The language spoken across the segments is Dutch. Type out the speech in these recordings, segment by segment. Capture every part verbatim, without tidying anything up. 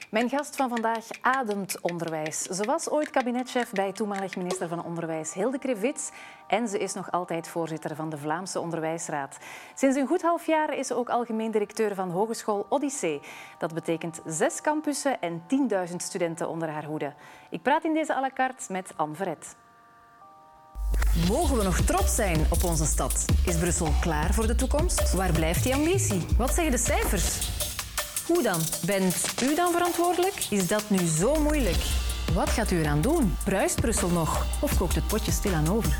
Mijn gast van vandaag ademt onderwijs. Ze was ooit kabinetchef bij toenmalig minister van Onderwijs Hilde Krevits en ze is nog altijd voorzitter van de Vlaamse Onderwijsraad. Sinds een goed half jaar is ze ook algemeen directeur van Hogeschool Odyssee. Dat betekent zes campussen en tienduizend studenten onder haar hoede. Ik praat in deze à la carte met Anne Verret. Mogen we nog trots zijn op onze stad? Is Brussel klaar voor de toekomst? Waar blijft die ambitie? Wat zeggen de cijfers? Hoe dan? Bent u dan verantwoordelijk? Is dat nu zo moeilijk? Wat gaat u eraan doen? Bruist Brussel nog? Of kookt het potje stilaan over?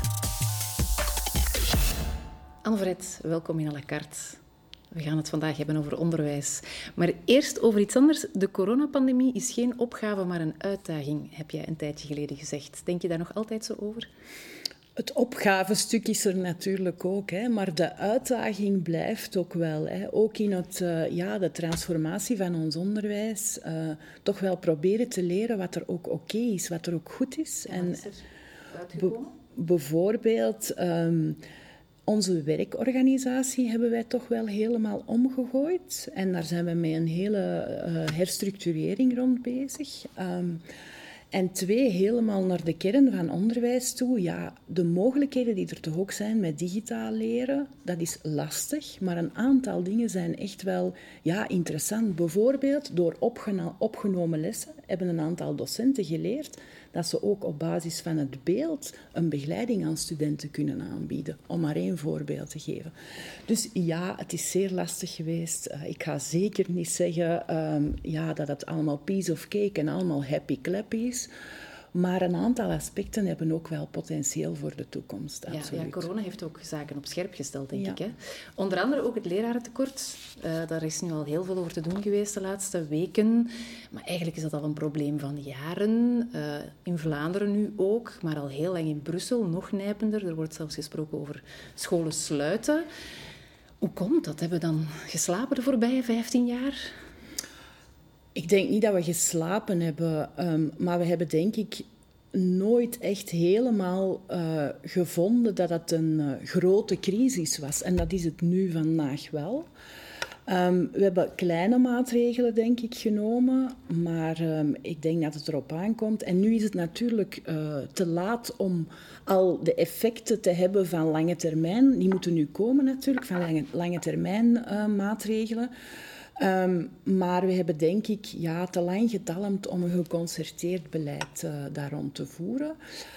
Anne Verret, welkom in à la carte. We gaan het vandaag hebben over onderwijs. Maar eerst over iets anders. De coronapandemie is geen opgave, maar een uitdaging, heb jij een tijdje geleden gezegd. Denk je daar nog altijd zo over? Het opgavestuk is er natuurlijk ook, hè, maar de uitdaging blijft ook wel. Hè. Ook in het, uh, ja, de transformatie van ons onderwijs. Uh, toch wel proberen te leren wat er ook oké is, wat er ook goed is. Ja, en wat is er uitgekomen? Be- bijvoorbeeld... Um, Onze werkorganisatie hebben wij toch wel helemaal omgegooid. En daar zijn we met een hele uh, herstructurering rond bezig. Um, en twee, helemaal naar de kern van onderwijs toe. Ja, de mogelijkheden die er toch ook zijn met digitaal leren, dat is lastig. Maar een aantal dingen zijn echt wel ja, interessant. Bijvoorbeeld, door opgeno- opgenomen lessen hebben een aantal docenten geleerd dat ze ook op basis van het beeld een begeleiding aan studenten kunnen aanbieden. Om maar één voorbeeld te geven. Dus ja, het is zeer lastig geweest. Uh, ik ga zeker niet zeggen um, ja, dat het allemaal piece of cake en allemaal happy-clappy is. Maar een aantal aspecten hebben ook wel potentieel voor de toekomst. Ja, ja, corona heeft ook zaken op scherp gesteld, denk ja. ik. Hè? Onder andere ook het lerarentekort. Uh, daar is nu al heel veel over te doen geweest de laatste weken. Maar eigenlijk is dat al een probleem van jaren. Uh, in Vlaanderen nu ook, maar al heel lang in Brussel, nog nijpender. Er wordt zelfs gesproken over scholen sluiten. Hoe komt dat? Hebben we dan geslapen de voorbije vijftien jaar? Ik denk niet dat we geslapen hebben, um, maar we hebben denk ik nooit echt helemaal uh, gevonden dat het een uh, grote crisis was. En dat is het nu vandaag wel. Um, we hebben kleine maatregelen, denk ik, genomen, maar um, ik denk dat het erop aankomt. En nu is het natuurlijk uh, te laat om al de effecten te hebben van lange termijn. Die moeten nu komen natuurlijk, van lange, lange termijn uh, maatregelen. Um, maar we hebben denk ik ja, te lang getalmd om een geconcerteerd beleid uh, daar rond te voeren.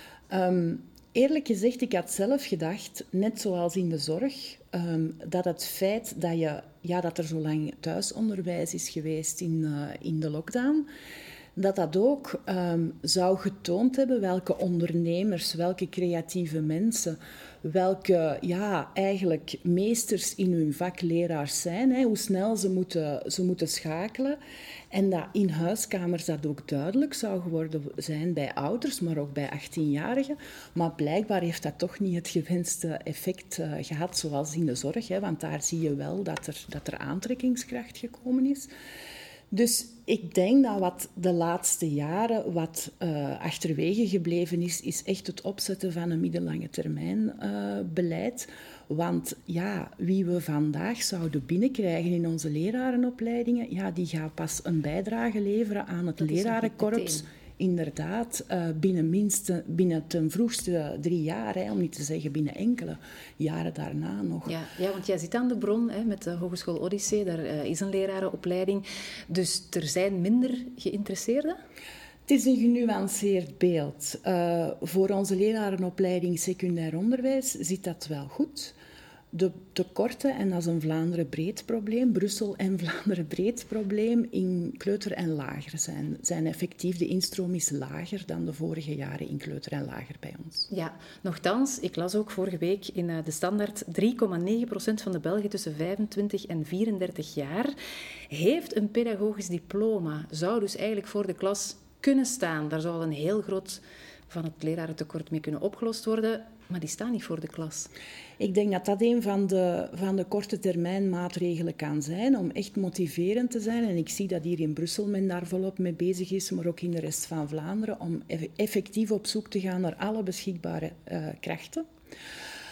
Um, eerlijk gezegd, ik had zelf gedacht, net zoals in de zorg, um, dat het feit dat, je, ja, dat er zo lang thuisonderwijs is geweest in, uh, in de lockdown, dat dat ook um, zou getoond hebben welke ondernemers, welke creatieve mensen, welke ja, eigenlijk meesters in hun vak leraars zijn, hè, hoe snel ze moeten, ze moeten schakelen. En dat in huiskamers dat ook duidelijk zou geworden zijn bij ouders, maar ook bij achttienjarigen. Maar blijkbaar heeft dat toch niet het gewenste effect uh, gehad, zoals in de zorg. Hè, want daar zie je wel dat er, dat er aantrekkingskracht gekomen is. Dus ik denk dat wat de laatste jaren wat uh, achterwege gebleven is, is echt het opzetten van een middellange termijn uh, beleid. Want ja, wie we vandaag zouden binnenkrijgen in onze lerarenopleidingen, ja, die gaat pas een bijdrage leveren aan het lerarenkorps. Inderdaad, uh, binnen, minste, binnen ten vroegste drie jaar, hè, om niet te zeggen binnen enkele jaren daarna nog. Ja, ja, want jij zit aan de bron hè, met de Hogeschool Odyssee, daar uh, is een lerarenopleiding. Dus er zijn minder geïnteresseerden? Het is een genuanceerd beeld. Uh, voor onze lerarenopleiding secundair onderwijs zit dat wel goed. De tekorten, en dat is een Vlaanderen breed probleem, Brussel en Vlaanderen breed probleem, in kleuter en lager zijn, zijn effectief. De instroom is lager dan de vorige jaren in kleuter en lager bij ons. Ja, nochtans, ik las ook vorige week in de Standaard, drie komma negen procent van de Belgen tussen vijfentwintig en vierendertig jaar heeft een pedagogisch diploma. Zou dus eigenlijk voor de klas kunnen staan. Daar zou een heel groot van het lerarentekort mee kunnen opgelost worden, maar die staan niet voor de klas. Ik denk dat dat een van de, van de korte termijn maatregelen kan zijn om echt motiverend te zijn. En ik zie dat hier in Brussel men daar volop mee bezig is, maar ook in de rest van Vlaanderen, om effectief op zoek te gaan naar alle beschikbare uh, krachten.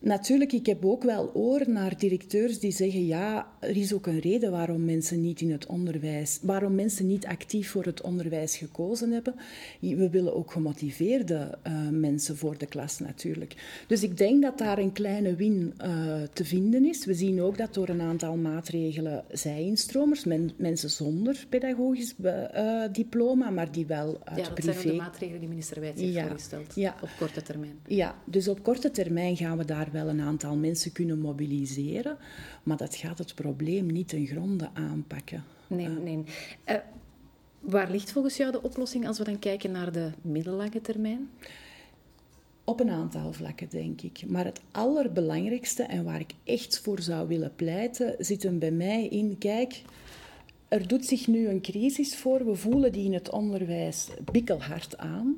Natuurlijk, ik heb ook wel oor naar directeurs die zeggen, ja, er is ook een reden waarom mensen niet in het onderwijs, waarom mensen niet actief voor het onderwijs gekozen hebben. We willen ook gemotiveerde uh, mensen voor de klas natuurlijk. Dus ik denk dat daar een kleine win uh, te vinden is. We zien ook dat door een aantal maatregelen zij-instromers, men, mensen zonder pedagogisch uh, diploma, maar die wel uit ja, dat privé... zijn de maatregelen die minister Wijts heeft ja, voorgesteld, ja. op korte termijn. Ja, dus op korte termijn gaan we daar wel een aantal mensen kunnen mobiliseren, maar dat gaat het probleem niet ten gronde aanpakken. Nee, uh, nee. Uh, waar ligt volgens jou de oplossing als we dan kijken naar de middellange termijn? Op een aantal vlakken, denk ik. Maar het allerbelangrijkste, en waar ik echt voor zou willen pleiten, zit hem bij mij in, kijk, er doet zich nu een crisis voor, we voelen die in het onderwijs bikkelhard aan.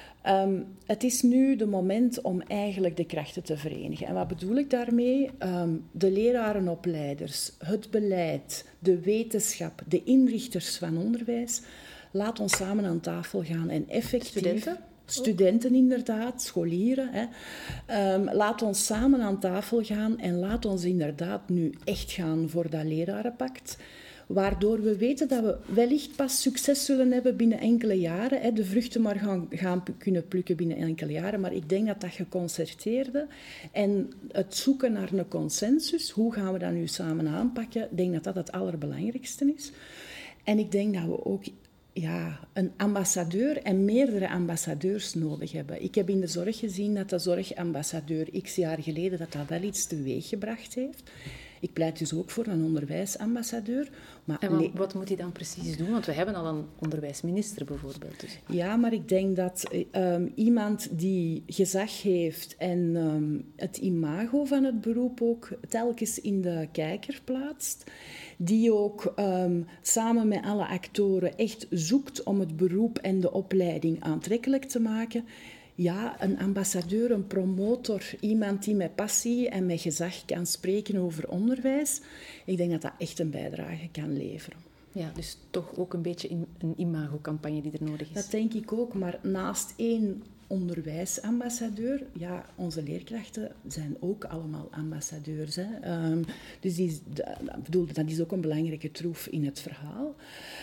Um, het is nu de moment om eigenlijk de krachten te verenigen. En wat bedoel ik daarmee? Um, de lerarenopleiders, het beleid, de wetenschap, de inrichters van onderwijs. Laat ons samen aan tafel gaan en effectief... Studenten? Studenten inderdaad, scholieren. Hè. Um, laat ons samen aan tafel gaan en laat ons inderdaad nu echt gaan voor dat lerarenpact. Waardoor we weten dat we wellicht pas succes zullen hebben binnen enkele jaren. Hè, de vruchten maar gaan, gaan kunnen plukken binnen enkele jaren. Maar ik denk dat dat geconcerteerde en het zoeken naar een consensus, hoe gaan we dat nu samen aanpakken, ik denk dat dat het allerbelangrijkste is. En ik denk dat we ook ja, een ambassadeur en meerdere ambassadeurs nodig hebben. Ik heb in de zorg gezien dat de zorgambassadeur x jaar geleden dat dat wel iets teweeggebracht heeft. Ik pleit dus ook voor een onderwijsambassadeur. Maar en wat, wat moet hij dan precies doen? Want we hebben al een onderwijsminister bijvoorbeeld. Dus. Ja, maar ik denk dat um, iemand die gezag heeft en um, het imago van het beroep ook telkens in de kijker plaatst, die ook um, samen met alle actoren echt zoekt om het beroep en de opleiding aantrekkelijk te maken. Ja, een ambassadeur, een promotor, iemand die met passie en met gezag kan spreken over onderwijs. Ik denk dat dat echt een bijdrage kan leveren. Ja, dus toch ook een beetje een imago-campagne die er nodig is. Dat denk ik ook, maar naast één onderwijsambassadeur, ja, onze leerkrachten zijn ook allemaal ambassadeurs. Hè. Um, dus die, dat, bedoel, dat is ook een belangrijke troef in het verhaal.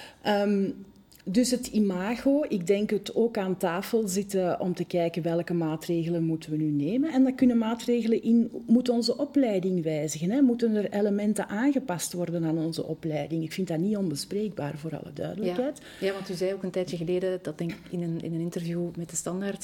Um, Dus het imago, ik denk het ook aan tafel zitten om te kijken welke maatregelen moeten we nu nemen. En dan kunnen maatregelen in, moet onze opleiding wijzigen. Hè? Moeten er elementen aangepast worden aan onze opleiding? Ik vind dat niet onbespreekbaar, voor alle duidelijkheid. Ja, ja, want u zei ook een tijdje geleden, dat denk ik in een, in een interview met de Standaard,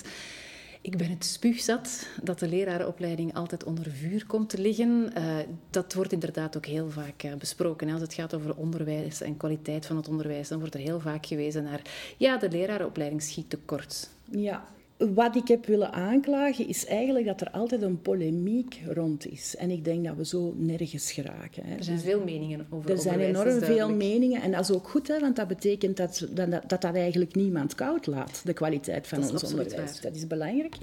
ik ben het spuugzat dat de lerarenopleiding altijd onder vuur komt te liggen. Uh, dat wordt inderdaad ook heel vaak uh, besproken. Als het gaat over onderwijs en kwaliteit van het onderwijs, dan wordt er heel vaak gewezen naar, ja, de lerarenopleiding schiet tekort. Ja. Wat ik heb willen aanklagen is eigenlijk dat er altijd een polemiek rond is. En ik denk dat we zo nergens geraken. Hè. Er zijn veel meningen over Er zijn enorm veel meningen. En dat is ook goed, hè, want dat betekent dat dat, dat dat eigenlijk niemand koud laat, de kwaliteit van ons onderwijs. Waar. Dat is belangrijk.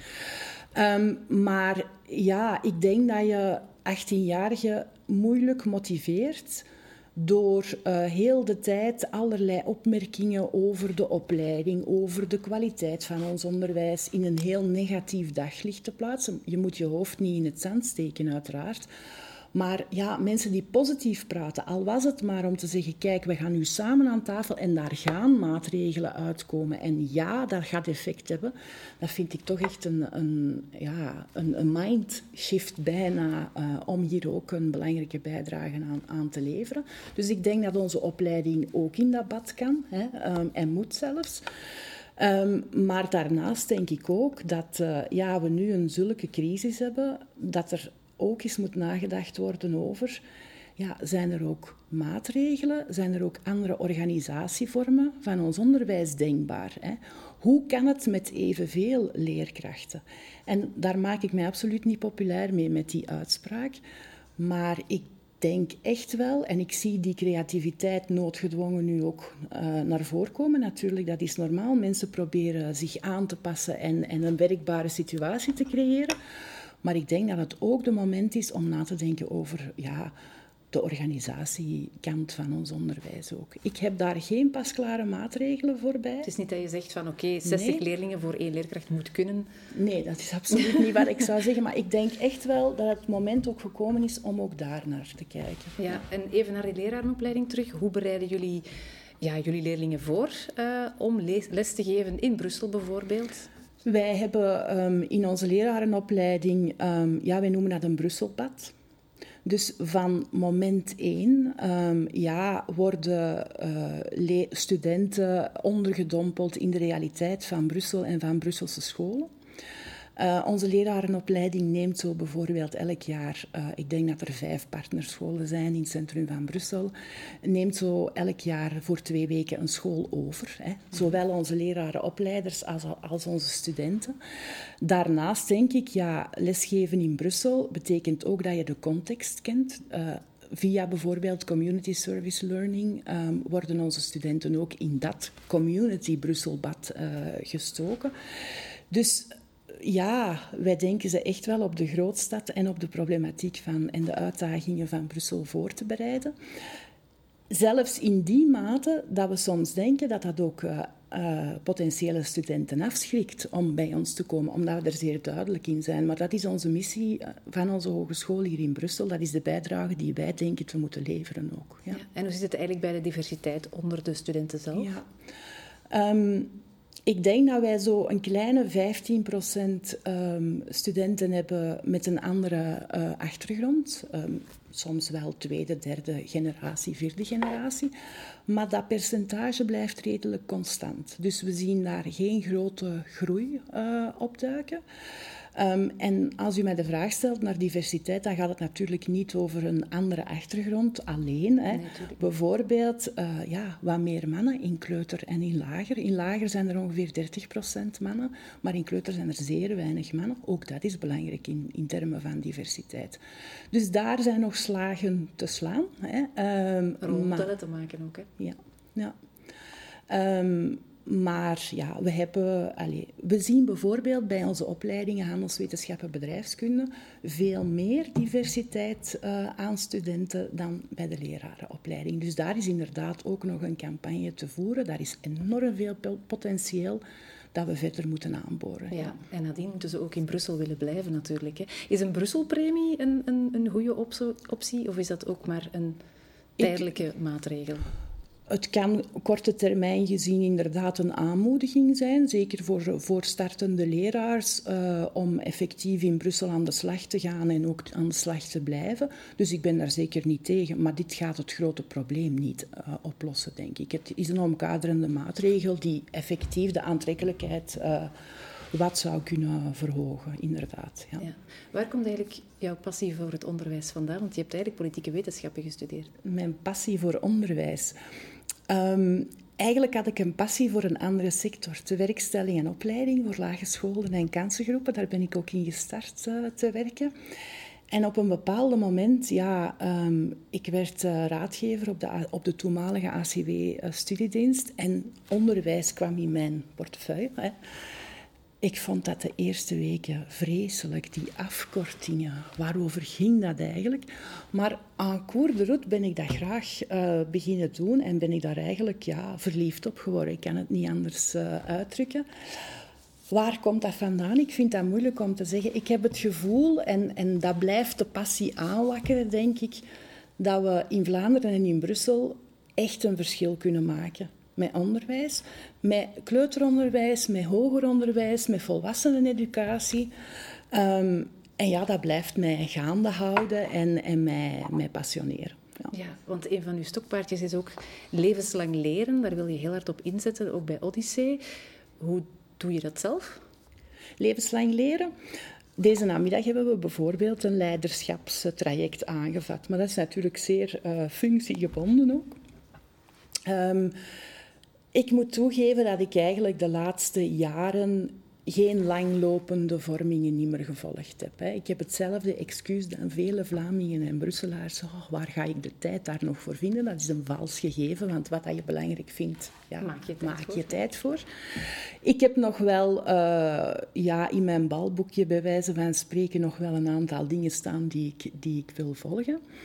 Um, maar ja, ik denk dat je achttienjarigen moeilijk motiveert door uh, heel de tijd allerlei opmerkingen over de opleiding, over de kwaliteit van ons onderwijs in een heel negatief daglicht te plaatsen. Je moet je hoofd niet in het zand steken, uiteraard. Maar ja, mensen die positief praten, al was het maar om te zeggen, kijk, we gaan nu samen aan tafel en daar gaan maatregelen uitkomen. En ja, dat gaat effect hebben. Dat vind ik toch echt een, een, ja, een, een mindshift bijna, uh, om hier ook een belangrijke bijdrage aan, aan te leveren. Dus ik denk dat onze opleiding ook in dat bad kan, hè, um, en moet zelfs. Um, maar daarnaast denk ik ook dat uh, ja, we nu een zulke crisis hebben, dat er ook eens moet nagedacht worden over, ja, zijn er ook maatregelen, zijn er ook andere organisatievormen van ons onderwijs denkbaar? Hè? Hoe kan het met evenveel leerkrachten? En daar maak ik mij absoluut niet populair mee met die uitspraak, maar ik denk echt wel, en ik zie die creativiteit noodgedwongen nu ook uh, naar voren komen. Natuurlijk, dat is normaal. Mensen proberen zich aan te passen en, en een werkbare situatie te creëren. Maar ik denk dat het ook de moment is om na te denken over, ja, de organisatiekant van ons onderwijs ook. Ik heb daar geen pasklare maatregelen voor bij. Het is niet dat je zegt van oké, okay, zestig nee. leerlingen voor één leerkracht moet kunnen. Nee, dat is absoluut niet wat ik zou zeggen. Maar ik denk echt wel dat het moment ook gekomen is om ook daar naar te kijken. Ja, en even naar de lerarenopleiding terug. Hoe bereiden jullie, ja, jullie leerlingen voor uh, om les, les te geven in Brussel bijvoorbeeld? Wij hebben um, in onze lerarenopleiding, um, ja, wij noemen dat een Brusselpad. Dus van moment één um, ja, worden uh, le- studenten ondergedompeld in de realiteit van Brussel en van Brusselse scholen. Uh, onze lerarenopleiding neemt zo bijvoorbeeld elk jaar, uh, ik denk dat er vijf partnerscholen zijn in het centrum van Brussel, neemt zo elk jaar voor twee weken een school over. Hè. Zowel onze lerarenopleiders als, als onze studenten. Daarnaast denk ik, ja, lesgeven in Brussel betekent ook dat je de context kent. Uh, Via bijvoorbeeld community service learning um, worden onze studenten ook in dat community Brusselbad uh, gestoken. Dus ja, wij denken ze echt wel op de grootstad en op de problematiek van, en de uitdagingen van Brussel voor te bereiden. Zelfs in die mate dat we soms denken dat dat ook uh, uh, potentiële studenten afschrikt om bij ons te komen, omdat we er zeer duidelijk in zijn. Maar dat is onze missie van onze hogeschool hier in Brussel. Dat is de bijdrage die wij denken te moeten leveren ook. Ja. Ja, en hoe zit het eigenlijk bij de diversiteit onder de studenten zelf? Ja. Um, Ik denk dat wij zo een kleine vijftien procent um, studenten hebben met een andere uh, achtergrond. Um, soms wel tweede, derde generatie, vierde generatie. Maar dat percentage blijft redelijk constant. Dus we zien daar geen grote groei uh, opduiken. Um, en als u mij de vraag stelt naar diversiteit, dan gaat het natuurlijk niet over een andere achtergrond alleen. Hè. Nee, bijvoorbeeld uh, ja, wat meer mannen in kleuter en in lager. In lager zijn er ongeveer dertig procent mannen, maar in kleuter zijn er zeer weinig mannen. Ook dat is belangrijk in, in termen van diversiteit. Dus daar zijn nog slagen te slaan. Hè. Um, Rolmodellen te maken ook, hè? Ja, ja. Um, Maar ja, we, hebben, allez, we zien bijvoorbeeld bij onze opleidingen handelswetenschappen bedrijfskunde veel meer diversiteit uh, aan studenten dan bij de lerarenopleiding. Dus daar is inderdaad ook nog een campagne te voeren. Daar is enorm veel potentieel dat we verder moeten aanboren. Ja, ja. En nadien moeten ze ook in Brussel willen blijven natuurlijk. Hè. Is een Brusselpremie een, een, een goede optie of is dat ook maar een tijdelijke Ik... maatregel? Het kan korte termijn gezien inderdaad een aanmoediging zijn, zeker voor, voor startende leraars, uh, om effectief in Brussel aan de slag te gaan en ook aan de slag te blijven. Dus ik ben daar zeker niet tegen, maar dit gaat het grote probleem niet uh, oplossen, denk ik. Het is een omkaderende maatregel die effectief de aantrekkelijkheid uh, wat zou kunnen verhogen, inderdaad. Ja. Ja. Waar komt eigenlijk jouw passie voor het onderwijs vandaan? Want je hebt eigenlijk politieke wetenschappen gestudeerd. Mijn passie voor onderwijs... Um, eigenlijk had ik een passie voor een andere sector. Tewerkstelling en opleiding voor lage scholen en kansengroepen. Daar ben ik ook in gestart uh, te werken. En op een bepaald moment, ja, um, ik werd uh, raadgever op de, op de toenmalige A C W-studiedienst. Uh, en onderwijs kwam in mijn portefeuille. Hè. Ik vond dat de eerste weken vreselijk, die afkortingen. Waarover ging dat eigenlijk? Maar en cours de route ben ik dat graag uh, beginnen doen en ben ik daar eigenlijk ja, verliefd op geworden. Ik kan het niet anders uh, uitdrukken. Waar komt dat vandaan? Ik vind dat moeilijk om te zeggen. Ik heb het gevoel, en, en dat blijft de passie aanwakkeren, denk ik, dat we in Vlaanderen en in Brussel echt een verschil kunnen maken. Met onderwijs, met kleuteronderwijs, met hoger onderwijs, met volwasseneneducatie. Um, en ja, dat blijft mij gaande houden en, en mij, mij passioneren. Ja. Ja, want een van uw stokpaardjes is ook levenslang leren. Daar wil je heel hard op inzetten, ook bij Odyssee. Hoe doe je dat zelf? Levenslang leren? Deze namiddag hebben we bijvoorbeeld een leiderschapstraject aangevat. Maar dat is natuurlijk zeer uh, functiegebonden ook. Um, Ik moet toegeven dat ik eigenlijk de laatste jaren geen langlopende vormingen niet meer gevolgd heb. Hè. Ik heb hetzelfde excuus dan vele Vlamingen en Brusselaars. Oh, waar ga ik de tijd daar nog voor vinden? Dat is een vals gegeven, want wat je belangrijk vindt, ja, maak je tijd, maak voor. je tijd voor. Ik heb nog wel uh, ja, in mijn balboekje, bij wijze van spreken, nog wel een aantal dingen staan die ik, die ik wil volgen.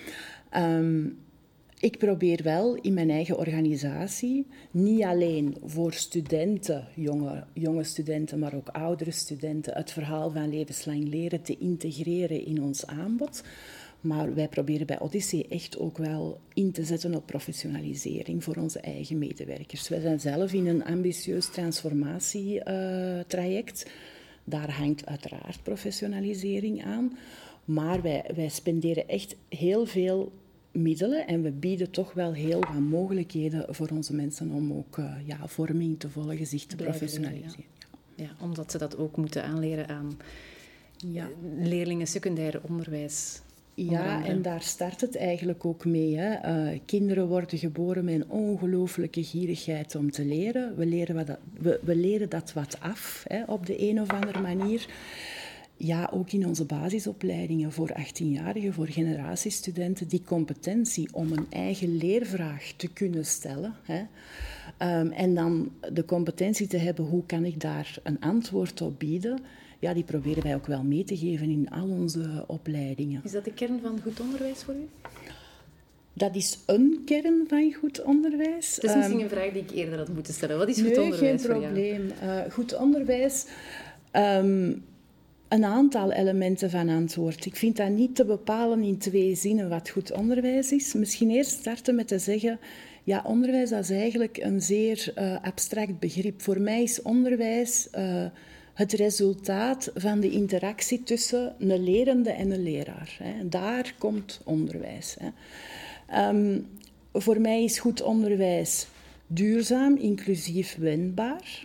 Um, ik probeer wel in mijn eigen organisatie, niet alleen voor studenten, jonge, jonge studenten, maar ook oudere studenten, het verhaal van levenslang leren te integreren in ons aanbod. Maar wij proberen bij Odyssee echt ook wel in te zetten op professionalisering voor onze eigen medewerkers. Wij zijn zelf in een ambitieus transformatietraject. Uh, Daar hangt uiteraard professionalisering aan. Maar wij, wij spenderen echt heel veel middelen en we bieden toch wel heel wat mogelijkheden voor onze mensen om ook uh, ja, vorming te volgen, zich te Blijven professionaliseren. Ja. Ja, omdat ze dat ook moeten aanleren aan ja. leerlingen secundair onderwijs. Ja, en daar start het eigenlijk ook mee. Hè. Uh, kinderen worden geboren met een ongelooflijke gierigheid om te leren. We leren, wat dat, we, we leren dat wat af, hè, op de een of andere manier. Ja, ook in onze basisopleidingen voor achttienjarigen, voor generatiestudenten, die competentie om een eigen leervraag te kunnen stellen. Hè. Um, en dan de competentie te hebben, hoe kan ik daar een antwoord op bieden? Ja, die proberen wij ook wel mee te geven in al onze opleidingen. Is dat de kern van goed onderwijs voor u? Dat is een kern van goed onderwijs. Het is misschien een vraag die ik eerder had moeten stellen. Wat is goed nee, onderwijs voor jou? Nee, geen probleem. Uh, goed onderwijs... Um, een aantal elementen van antwoord. Ik vind dat niet te bepalen in twee zinnen wat goed onderwijs is. Misschien eerst starten met te zeggen... Ja, onderwijs dat is eigenlijk een zeer uh, abstract begrip. Voor mij is onderwijs... Uh, het resultaat van de interactie tussen een lerende en een leraar. Hè. Daar komt onderwijs. Hè. Um, voor mij is goed onderwijs duurzaam, inclusief wendbaar.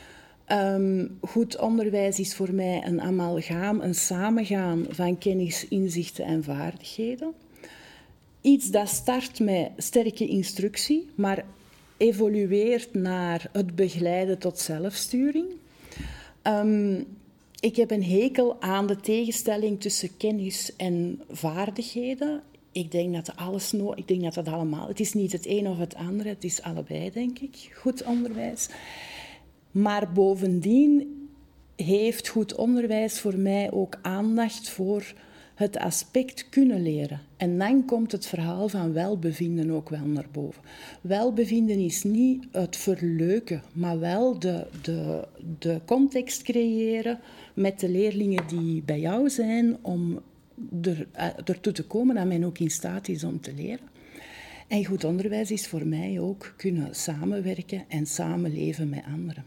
Um, goed onderwijs is voor mij een amalgaam, een samengaan van kennis, inzichten en vaardigheden. Iets dat start met sterke instructie, maar evolueert naar het begeleiden tot zelfsturing. Um, ik heb een hekel aan de tegenstelling tussen kennis en vaardigheden. Ik denk dat alles no- ik denk dat dat allemaal... Het is niet het een of het andere, het is allebei, denk ik, goed onderwijs. Maar bovendien heeft goed onderwijs voor mij ook aandacht voor het aspect kunnen leren. En dan komt het verhaal van welbevinden ook wel naar boven. Welbevinden is niet het verleuken, maar wel de, de, de context creëren met de leerlingen die bij jou zijn om er, ertoe te komen dat men ook in staat is om te leren. En goed onderwijs is voor mij ook kunnen samenwerken en samenleven met anderen.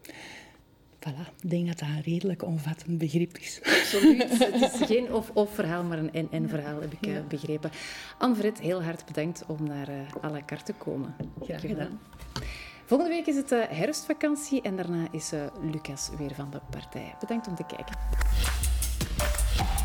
Voilà, ik denk dat dat een redelijk omvattend begrip is. Absoluut. Het is geen of-of verhaal, maar een en-en verhaal, heb ik uh, begrepen. Anne-Fred, heel hard bedankt om naar uh, à la carte te komen. Graag gedaan. Volgende week is het uh, herfstvakantie en daarna is uh, Lucas weer van de partij. Bedankt om te kijken.